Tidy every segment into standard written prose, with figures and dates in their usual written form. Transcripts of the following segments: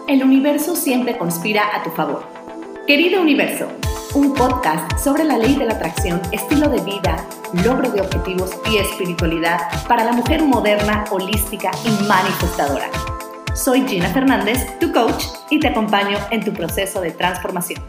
El universo siempre conspira a tu favor. Querido Universo, un podcast sobre la ley de la atracción, estilo de vida, logro de objetivos y espiritualidad para la mujer moderna, holística y manifestadora. Soy Gina Fernández, tu coach, y te acompaño en tu proceso de transformación.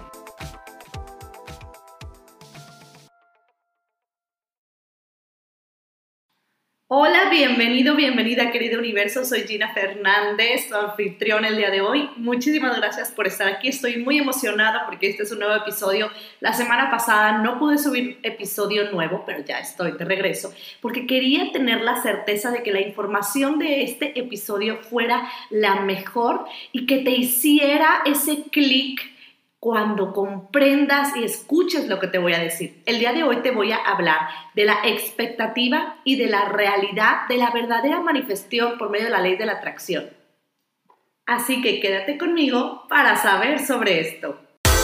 Hola, bienvenida querido universo, soy Gina Fernández, su anfitrión el día de hoy. Muchísimas gracias por estar aquí, estoy muy emocionada porque este es un nuevo episodio. La semana pasada no pude subir episodio nuevo, pero ya estoy de regreso, porque quería tener la certeza de que la información de este episodio fuera la mejor y que te hiciera ese clic cuando comprendas y escuches lo que te voy a decir. El día de hoy te voy a hablar de la expectativa y de la realidad de la verdadera manifestación por medio de la ley de la atracción. Así que quédate conmigo para saber sobre esto.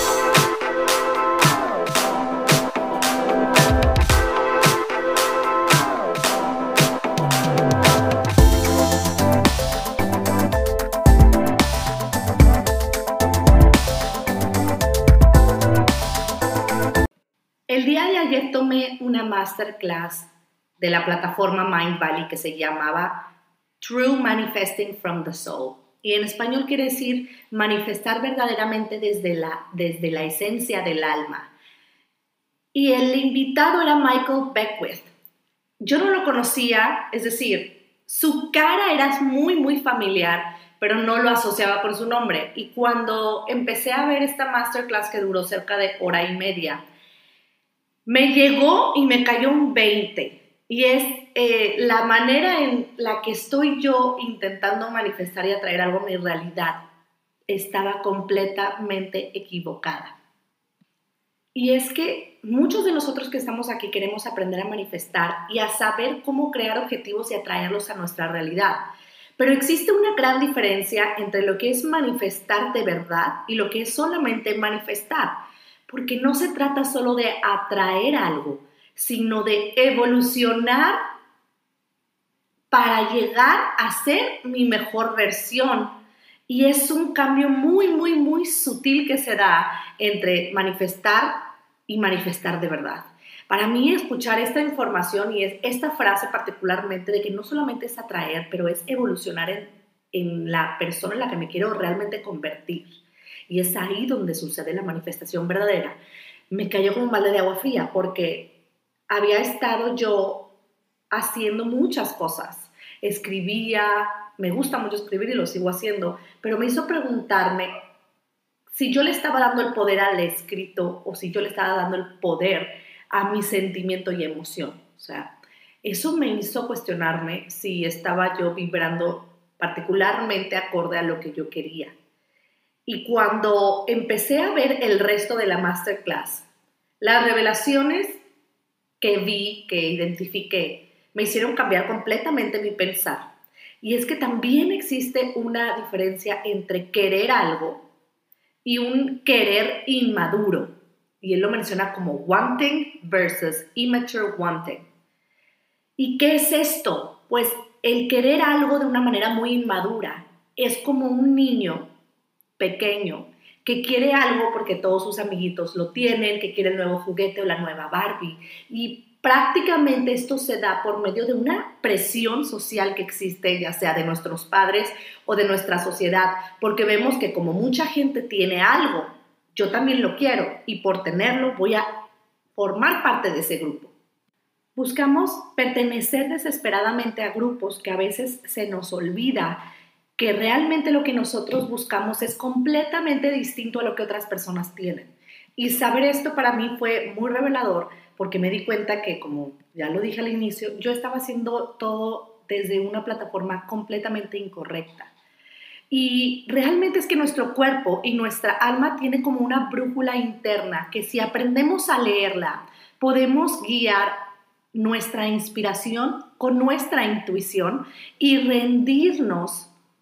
El día de ayer tomé una masterclass de la plataforma Mindvalley que se llamaba True Manifesting from the Soul. Y en español quiere decir manifestar verdaderamente desde la esencia del alma. Y el invitado era Michael Beckwith. Yo no lo conocía, es decir, su cara era muy familiar, pero no lo asociaba con su nombre. Y cuando empecé a ver esta masterclass que duró cerca de hora y media, me llegó y me cayó un 20, y es la manera en la que estoy yo intentando manifestar y atraer algo a mi realidad. Estaba completamente equivocada. Y es que muchos de nosotros que estamos aquí queremos aprender a manifestar y a saber cómo crear objetivos y atraerlos a nuestra realidad. Pero existe una gran diferencia entre lo que es manifestar de verdad y lo que es solamente manifestar. Porque no se trata solo de atraer algo, sino de evolucionar para llegar a ser mi mejor versión. Y es un cambio muy sutil que se da entre manifestar y manifestar de verdad. Para mí escuchar esta información y esta frase particularmente de que no solamente es atraer, pero es evolucionar en la persona en la que me quiero realmente convertir. Y es ahí donde sucede la manifestación verdadera. Me cayó como un balde de agua fría porque había estado yo haciendo muchas cosas. Escribía, me gusta mucho escribir y lo sigo haciendo, pero me hizo preguntarme si yo le estaba dando el poder al escrito o si yo le estaba dando el poder a mi sentimiento y emoción. O sea, eso me hizo cuestionarme si estaba yo vibrando particularmente acorde a lo que yo quería. Y cuando empecé a ver el resto de la masterclass, las revelaciones que vi, que identifiqué, me hicieron cambiar completamente mi pensar. Y es que también existe una diferencia entre querer algo y un querer inmaduro. Y él lo menciona como wanting versus immature wanting. ¿Y qué es esto? Pues el querer algo de una manera muy inmadura es como un niño pequeño que quiere algo porque todos sus amiguitos lo tienen, que quiere el nuevo juguete o la nueva Barbie. Y prácticamente esto se da por medio de una presión social que existe, ya sea de nuestros padres o de nuestra sociedad, porque vemos que como mucha gente tiene algo, yo también lo quiero y por tenerlo voy a formar parte de ese grupo. Buscamos pertenecer desesperadamente a grupos que a veces se nos olvida que realmente lo que nosotros buscamos es completamente distinto a lo que otras personas tienen. Y saber esto para mí fue muy revelador porque me di cuenta que, como ya lo dije al inicio, yo estaba haciendo todo desde una plataforma completamente incorrecta. Y realmente es que nuestro cuerpo y nuestra alma tienen como una brújula interna que si aprendemos a leerla, podemos guiar nuestra inspiración con nuestra intuición y rendirnos,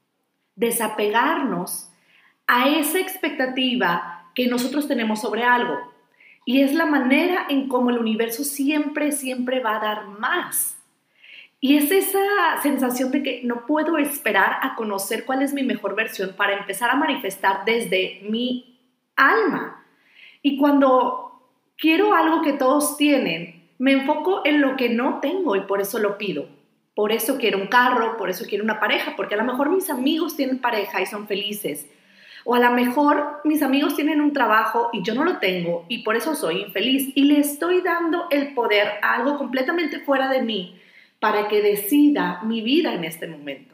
desapegarnos a esa expectativa que nosotros tenemos sobre algo. Y es la manera en cómo el universo siempre va a dar más. Y es esa sensación de que no puedo esperar a conocer cuál es mi mejor versión para empezar a manifestar desde mi alma. Y cuando quiero algo que todos tienen, me enfoco en lo que no tengo y por eso lo pido. Por eso quiero un carro, por eso quiero una pareja, porque a lo mejor mis amigos tienen pareja y son felices. O a lo mejor mis amigos tienen un trabajo y yo no lo tengo y por eso soy infeliz. Y le estoy dando el poder a algo completamente fuera de mí para que decida mi vida en este momento.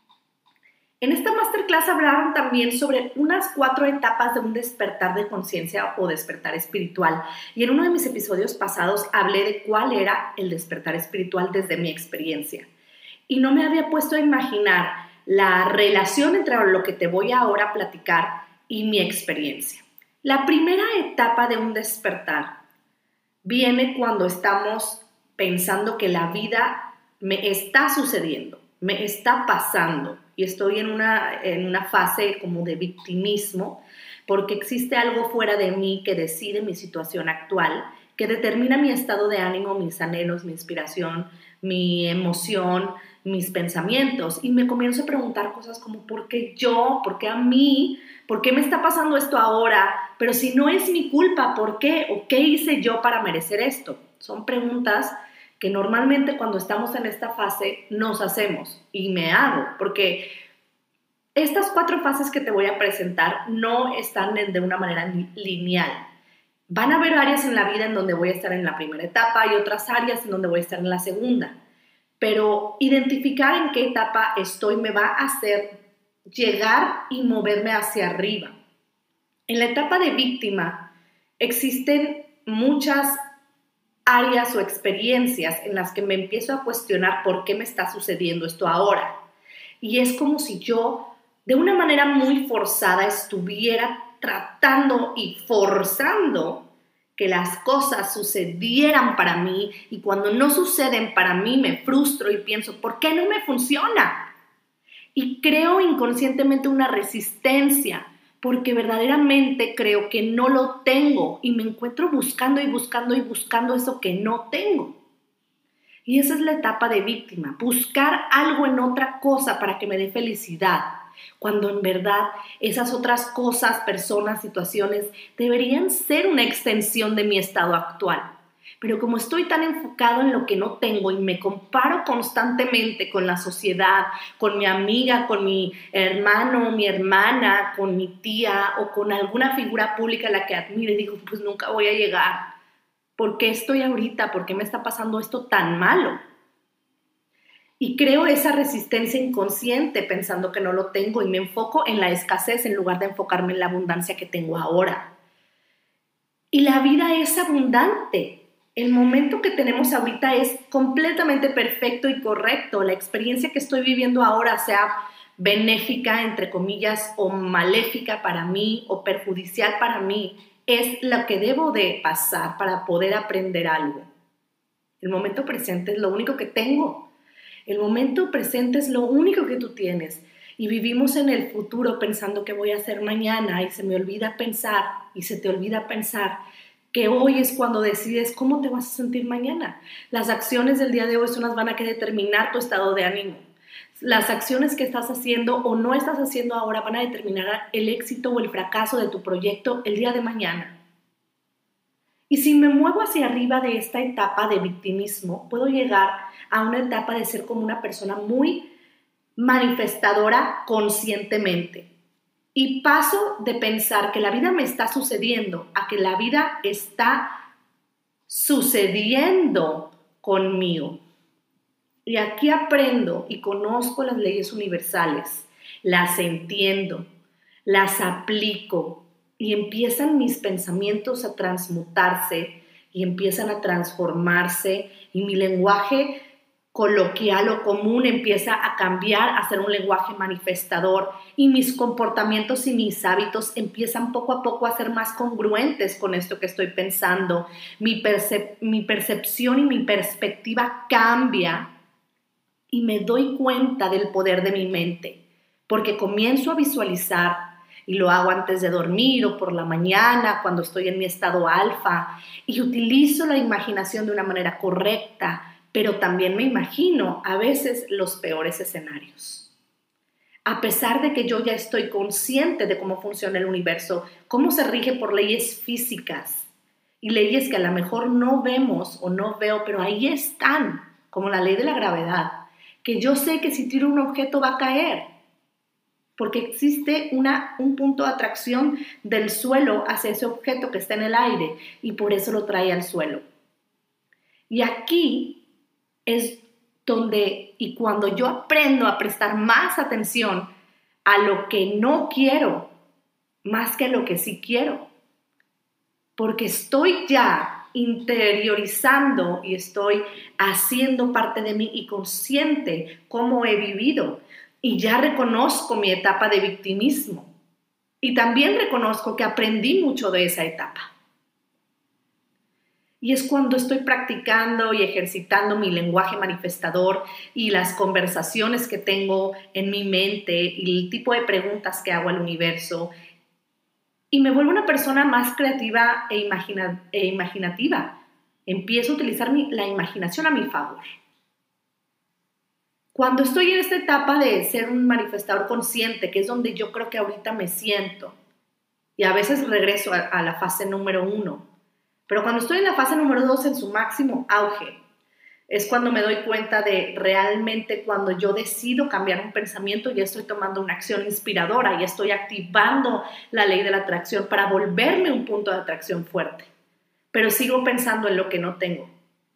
En esta masterclass hablaron también sobre unas 4 etapas de un despertar de conciencia o despertar espiritual. Y en uno de mis episodios pasados hablé de cuál era el despertar espiritual desde mi experiencia. Y no me había puesto a imaginar la relación entre lo que te voy ahora a platicar y mi experiencia. La primera etapa de un despertar viene cuando estamos pensando que la vida me está sucediendo, me está pasando y estoy en una fase como de victimismo porque existe algo fuera de mí que decide mi situación actual, que determina mi estado de ánimo, mis anhelos, mi inspiración, mi emoción, mis pensamientos y me comienzo a preguntar cosas como ¿por qué yo? ¿Por qué a mí? ¿Por qué me está pasando esto ahora? Pero si no es mi culpa, ¿por qué? ¿O qué hice yo para merecer esto? Son preguntas que normalmente cuando estamos en esta fase nos hacemos y me hago, porque estas 4 fases que te voy a presentar no están de una manera lineal. Van a haber áreas en la vida en donde voy a estar en la primera etapa y otras áreas en donde voy a estar en la segunda. Pero identificar en qué etapa estoy me va a hacer llegar y moverme hacia arriba. En la etapa de víctima existen muchas áreas o experiencias en las que me empiezo a cuestionar por qué me está sucediendo esto ahora. Y es como si yo, de una manera muy forzada, estuviera tratando y forzando que las cosas sucedieran para mí y cuando no suceden para mí me frustro y pienso, ¿por qué no me funciona? Y creo inconscientemente una resistencia porque verdaderamente creo que no lo tengo y me encuentro buscando y buscando y buscando eso que no tengo. Y esa es la etapa de víctima, buscar algo en otra cosa para que me dé felicidad, cuando en verdad esas otras cosas, personas, situaciones deberían ser una extensión de mi estado actual. Pero como estoy tan enfocado en lo que no tengo y me comparo constantemente con la sociedad, con mi amiga, con mi hermano, mi hermana, con mi tía o con alguna figura pública a la que admiro y digo, pues nunca voy a llegar. ¿Por qué estoy ahorita? ¿Por qué me está pasando esto tan malo? Y creo esa resistencia inconsciente pensando que no lo tengo y me enfoco en la escasez en lugar de enfocarme en la abundancia que tengo ahora. Y la vida es abundante. El momento que tenemos ahorita es completamente perfecto y correcto. La experiencia que estoy viviendo ahora, sea benéfica, entre comillas, o maléfica para mí o perjudicial para mí, es lo que debo de pasar para poder aprender algo. El momento presente es lo único que tengo. El momento presente es lo único que tú tienes. Y vivimos en el futuro pensando qué voy a hacer mañana y se me olvida pensar y se te olvida pensar que hoy es cuando decides cómo te vas a sentir mañana. Las acciones del día de hoy son las van a que determinar tu estado de ánimo. Las acciones que estás haciendo o no estás haciendo ahora van a determinar el éxito o el fracaso de tu proyecto el día de mañana. Y si me muevo hacia arriba de esta etapa de victimismo, puedo llegar a una etapa de ser como una persona muy manifestadora conscientemente. Y paso de pensar que la vida me está sucediendo a que la vida está sucediendo conmigo. Y aquí aprendo y conozco las leyes universales, las entiendo, las aplico y empiezan mis pensamientos a transmutarse y empiezan a transformarse y mi lenguaje coloquial o común empieza a cambiar a ser un lenguaje manifestador y mis comportamientos y mis hábitos empiezan poco a poco a ser más congruentes con esto que estoy pensando. Mi percepción y mi perspectiva cambia y me doy cuenta del poder de mi mente porque comienzo a visualizar y lo hago antes de dormir o por la mañana cuando estoy en mi estado alfa y utilizo la imaginación de una manera correcta pero también me imagino a veces los peores escenarios. A pesar de que yo ya estoy consciente de cómo funciona el universo, cómo se rige por leyes físicas y leyes que a lo mejor no vemos o no veo, pero ahí están, como la ley de la gravedad, que yo sé que si tiro un objeto va a caer, porque existe un punto de atracción del suelo hacia ese objeto que está en el aire y por eso lo trae al suelo. Y aquí es donde, y cuando yo aprendo a prestar más atención a lo que no quiero, más que a lo que sí quiero, porque estoy ya interiorizando y estoy haciendo parte de mí y consciente cómo he vivido, y ya reconozco mi etapa de victimismo, y también reconozco que aprendí mucho de esa etapa. Y es cuando estoy practicando y ejercitando mi lenguaje manifestador y las conversaciones que tengo en mi mente y el tipo de preguntas que hago al universo. Y me vuelvo una persona más creativa e imaginativa. Empiezo a utilizar la imaginación a mi favor. Cuando estoy en esta etapa de ser un manifestador consciente, que es donde yo creo que ahorita me siento, y a veces regreso a la fase número 1, pero cuando estoy en la fase número 2 en su máximo auge, es cuando me doy cuenta de realmente cuando yo decido cambiar un pensamiento, ya estoy tomando una acción inspiradora, ya estoy activando la ley de la atracción para volverme un punto de atracción fuerte. Pero sigo pensando en lo que no tengo.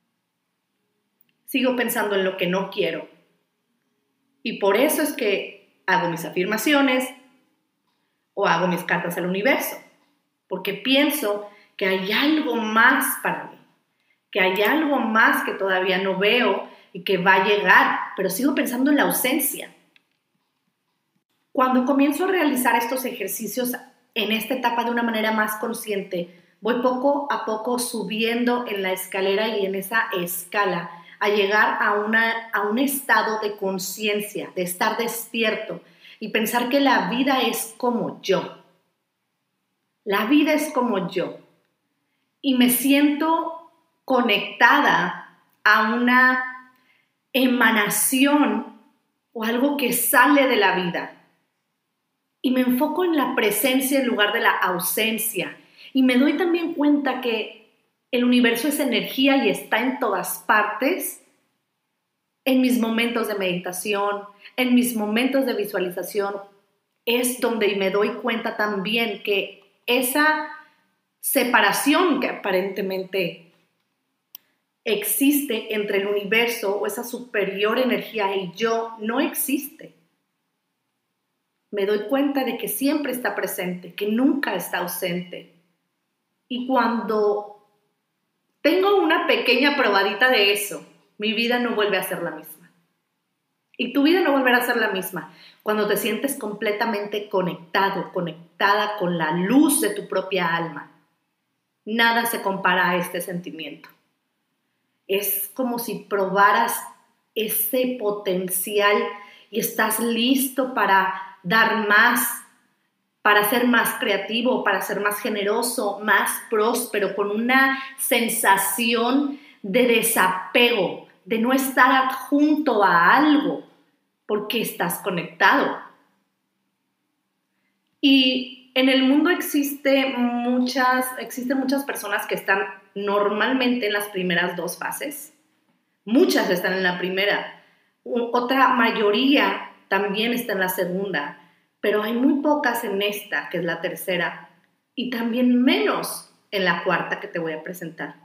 Sigo pensando en lo que no quiero. Y por eso es que hago mis afirmaciones o hago mis cartas al universo. Porque pienso que hay algo más para mí, que hay algo más que todavía no veo y que va a llegar, pero sigo pensando en la ausencia. Cuando comienzo a realizar estos ejercicios en esta etapa de una manera más consciente, voy poco a poco subiendo en la escalera y en esa escala a llegar a un estado de conciencia, de estar despierto y pensar que la vida es como yo. La vida es como yo. Y me siento conectada a una emanación o algo que sale de la vida. Y me enfoco en la presencia en lugar de la ausencia. Y me doy también cuenta que el universo es energía y está en todas partes. En mis momentos de meditación, en mis momentos de visualización, es donde me doy cuenta también que esa separación que aparentemente existe entre el universo o esa superior energía y yo no existe. Me doy cuenta de que siempre está presente, que nunca está ausente. Y cuando tengo una pequeña probadita de eso, mi vida no vuelve a ser la misma. Y tu vida no volverá a ser la misma cuando te sientes completamente conectado, conectada con la luz de tu propia alma. Nada se compara a este sentimiento. Es como si probaras ese potencial y estás listo para dar más, para ser más creativo, para ser más generoso, más próspero, con una sensación de desapego, de no estar adjunto a algo, porque estás conectado. Y en el mundo existen muchas personas que están normalmente en las primeras 2 fases. Muchas están en la primera. Otra mayoría también está en la segunda. Pero hay muy pocas en esta, que es la tercera. Y también menos en la cuarta que te voy a presentar.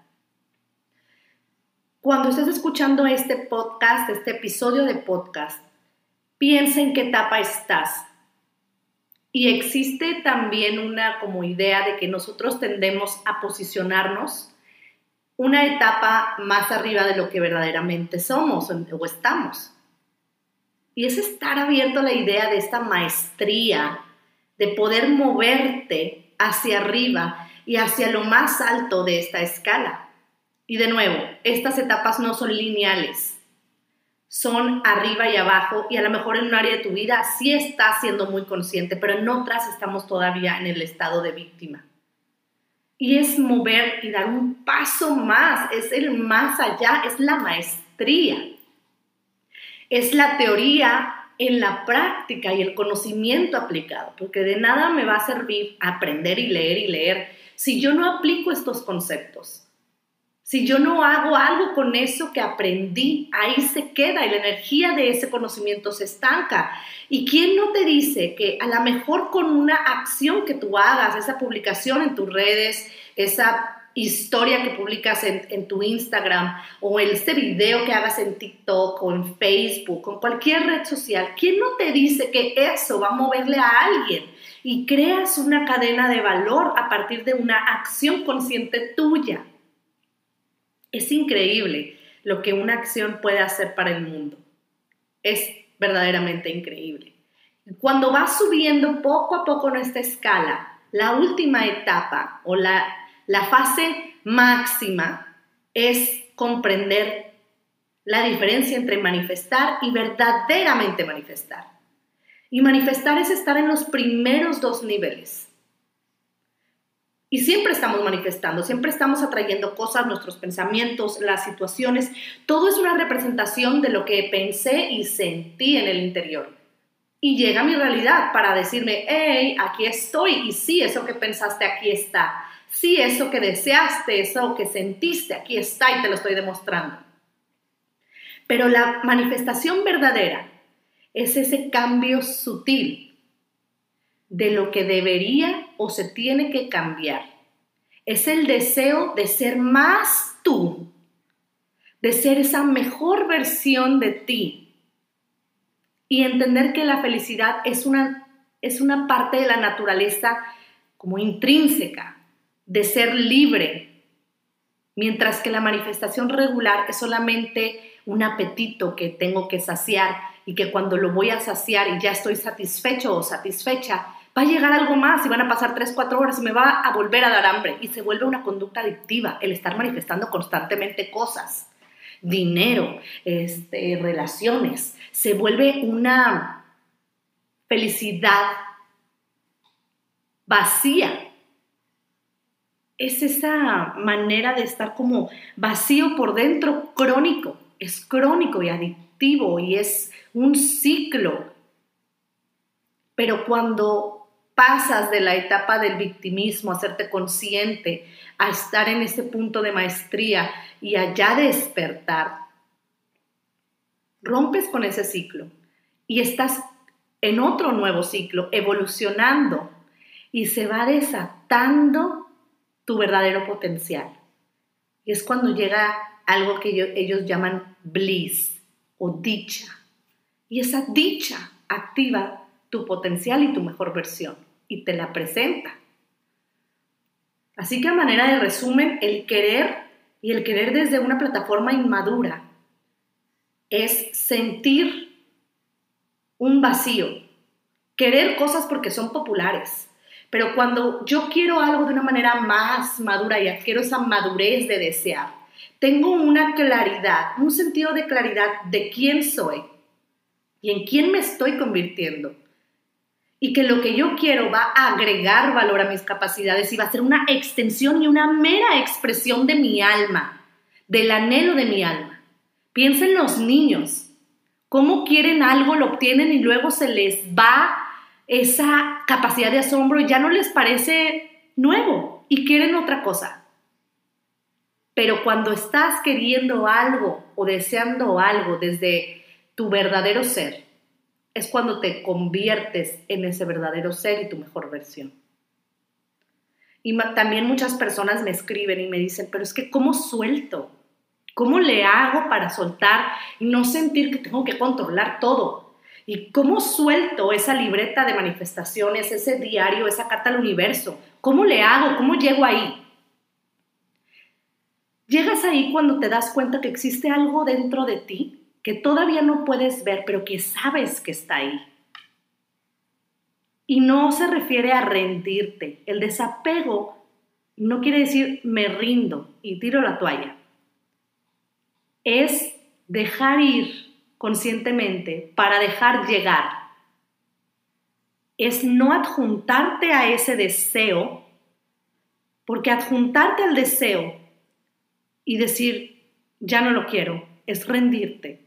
Cuando estés escuchando este podcast, este episodio de podcast, piensa en qué etapa estás. Y existe también una como idea de que nosotros tendemos a posicionarnos una etapa más arriba de lo que verdaderamente somos o estamos. Y es estar abierto a la idea de esta maestría, de poder moverte hacia arriba y hacia lo más alto de esta escala. Y de nuevo, estas etapas no son lineales. Son arriba y abajo, y a lo mejor en un área de tu vida sí estás siendo muy consciente, pero en otras estamos todavía en el estado de víctima. Y es mover y dar un paso más, es el más allá, es la maestría maestría. Es la teoría en la práctica y el conocimiento aplicado, porque de nada me va a servir aprender y leer si yo no aplico estos conceptos. Si yo no hago algo con eso que aprendí, ahí se queda y la energía de ese conocimiento se estanca. ¿Y quién no te dice que a lo mejor con una acción que tú hagas, esa publicación en tus redes, esa historia que publicas en tu Instagram o ese video que hagas en TikTok o en Facebook o en cualquier red social, ¿quién no te dice que eso va a moverle a alguien? Y creas una cadena de valor a partir de una acción consciente tuya. Es increíble lo que una acción puede hacer para el mundo. Es verdaderamente increíble. Cuando vas subiendo poco a poco en esta escala, la última etapa o la fase máxima es comprender la diferencia entre manifestar y verdaderamente manifestar. Y manifestar es estar en los primeros dos niveles. Y siempre estamos manifestando, siempre estamos atrayendo cosas, nuestros pensamientos, las situaciones. Todo es una representación de lo que pensé y sentí en el interior. Y llega mi realidad para decirme, hey, aquí estoy. Y sí, eso que pensaste aquí está. Sí, eso que deseaste, eso que sentiste, aquí está y te lo estoy demostrando. Pero la manifestación verdadera es ese cambio sutil de lo que debería o se tiene que cambiar. Es el deseo de ser más tú, de ser esa mejor versión de ti y entender que la felicidad es una parte de la naturaleza como intrínseca, de ser libre, mientras que la manifestación regular es solamente un apetito que tengo que saciar y que cuando lo voy a saciar y ya estoy satisfecho o satisfecha, va a llegar algo más y van a pasar 3-4 horas y me va a volver a dar hambre y se vuelve una conducta adictiva el estar manifestando constantemente cosas, dinero, relaciones, se vuelve una felicidad vacía. Es esa manera de estar como vacío por dentro, crónico, es crónico y adictivo y es un ciclo. Pero cuando pasas de la etapa del victimismo, a hacerte consciente, a estar en ese punto de maestría y a ya despertar, rompes con ese ciclo y estás en otro nuevo ciclo, evolucionando y se va desatando tu verdadero potencial. Y es cuando llega algo que ellos llaman bliss o dicha. Y esa dicha activa tu potencial y tu mejor versión y te la presenta. Así que a manera de resumen, el querer desde una plataforma inmadura es sentir un vacío, querer cosas porque son populares. Pero cuando yo quiero algo de una manera más madura y adquiero esa madurez de desear, tengo una claridad, un sentido de claridad de quién soy y en quién me estoy convirtiendo. Y que lo que yo quiero va a agregar valor a mis capacidades y va a ser una extensión y una mera expresión de mi alma, del anhelo de mi alma. Piensa en los niños, cómo quieren algo, lo obtienen y luego se les va esa capacidad de asombro y ya no les parece nuevo y quieren otra cosa. Pero cuando estás queriendo algo o deseando algo desde tu verdadero ser, es cuando te conviertes en ese verdadero ser y tu mejor versión. Y también muchas personas me escriben y me dicen, pero es que ¿cómo suelto? ¿Cómo le hago para soltar y no sentir que tengo que controlar todo? ¿Y cómo suelto esa libreta de manifestaciones, ese diario, esa carta al universo? ¿Cómo le hago? ¿Cómo llego ahí? Llegas ahí cuando te das cuenta que existe algo dentro de ti que todavía no puedes ver, pero que sabes que está ahí. Y no se refiere a rendirte. El desapego no quiere decir me rindo y tiro la toalla. Es dejar ir conscientemente para dejar llegar. Es no adjuntarte a ese deseo, porque adjuntarte al deseo y decir, ya no lo quiero, es rendirte.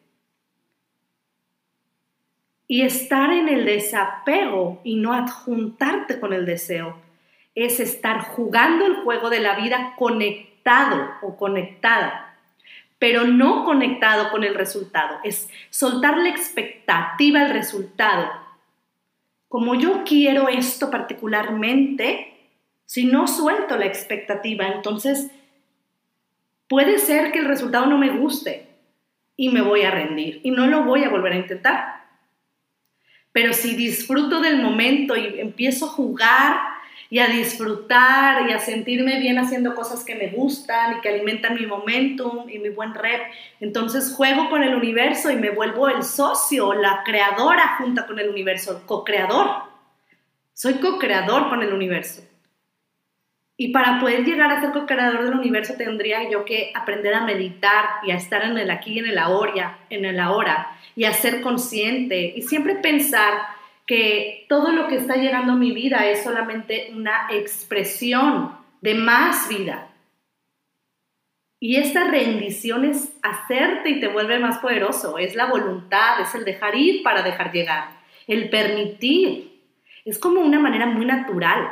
Y estar en el desapego y no adjuntarte con el deseo es estar jugando el juego de la vida conectado o conectada, pero no conectado con el resultado. Es soltar la expectativa al resultado. Como yo quiero esto particularmente, si no suelto la expectativa, entonces puede ser que el resultado no me guste y me voy a rendir y no lo voy a volver a intentar. Pero si disfruto del momento y empiezo a jugar y a disfrutar y a sentirme bien haciendo cosas que me gustan y que alimentan mi momentum y mi buen rep, entonces juego con el universo y me vuelvo el socio, la creadora junto con el universo, el co-creador. Soy co-creador con el universo. Y para poder llegar a ser co-creador del universo tendría yo que aprender a meditar y a estar en el aquí y en el ahora y a ser consciente y siempre pensar que todo lo que está llegando a mi vida es solamente una expresión de más vida. Y esta rendición es hacerte y te vuelve más poderoso, es la voluntad, es el dejar ir para dejar llegar, el permitir. Es como una manera muy natural.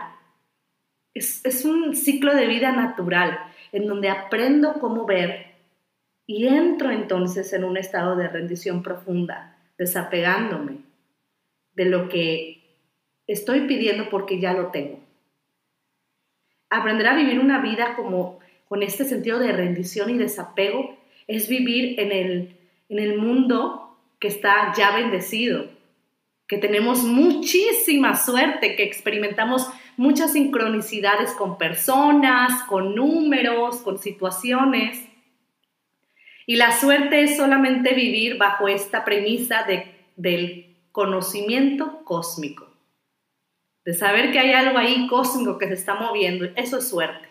Es un ciclo de vida natural en donde aprendo cómo ver y entro entonces en un estado de rendición profunda, desapegándome de lo que estoy pidiendo porque ya lo tengo. Aprender a vivir una vida con este sentido de rendición y desapego es vivir en el mundo que está ya bendecido, que tenemos muchísima suerte, que experimentamos muchas sincronicidades con personas, con números, con situaciones. Y la suerte es solamente vivir bajo esta premisa del conocimiento cósmico, de saber que hay algo ahí cósmico que se está moviendo. Eso es suerte.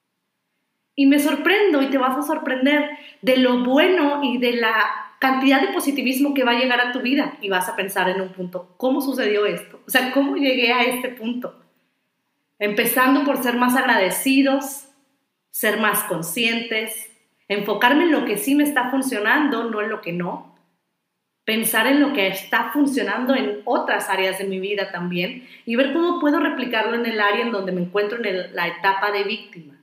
Y me sorprendo y te vas a sorprender de lo bueno y de la cantidad de positivismo que va a llegar a tu vida y vas a pensar en un punto, ¿cómo sucedió esto? O sea, ¿cómo llegué a este punto? Empezando por ser más agradecidos, ser más conscientes, enfocarme en lo que sí me está funcionando, no en lo que no. Pensar en lo que está funcionando en otras áreas de mi vida también y ver cómo puedo replicarlo en el área en donde me encuentro en la etapa de víctima.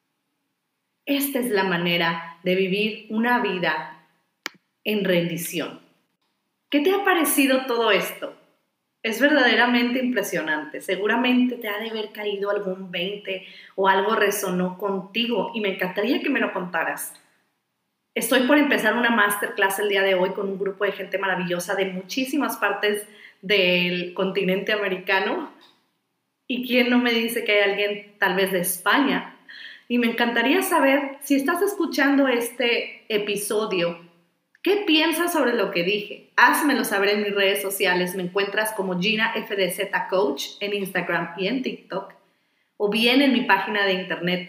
Esta es la manera de vivir una vida en rendición. ¿Qué te ha parecido todo esto? Es verdaderamente impresionante. Seguramente te ha de haber caído algún 20 o algo resonó contigo y me encantaría que me lo contaras. Estoy por empezar una masterclass el día de hoy con un grupo de gente maravillosa de muchísimas partes del continente americano. ¿Y quién no me dice que hay alguien tal vez de España? Y me encantaría saber, si estás escuchando este episodio, ¿qué piensas sobre lo que dije? Házmelo saber en mis redes sociales. Me encuentras como Gina FDZ Coach en Instagram y en TikTok. O bien en mi página de internet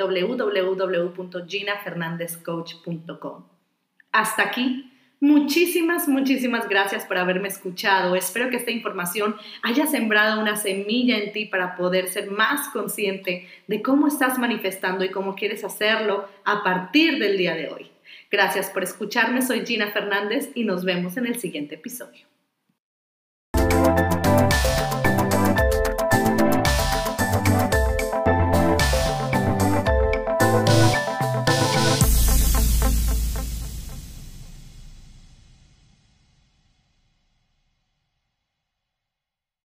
www.ginafernandezcoach.com. Hasta aquí. Muchísimas gracias por haberme escuchado. Espero que esta información haya sembrado una semilla en ti para poder ser más consciente de cómo estás manifestando y cómo quieres hacerlo a partir del día de hoy. Gracias por escucharme, soy Gina Fernández y nos vemos en el siguiente episodio.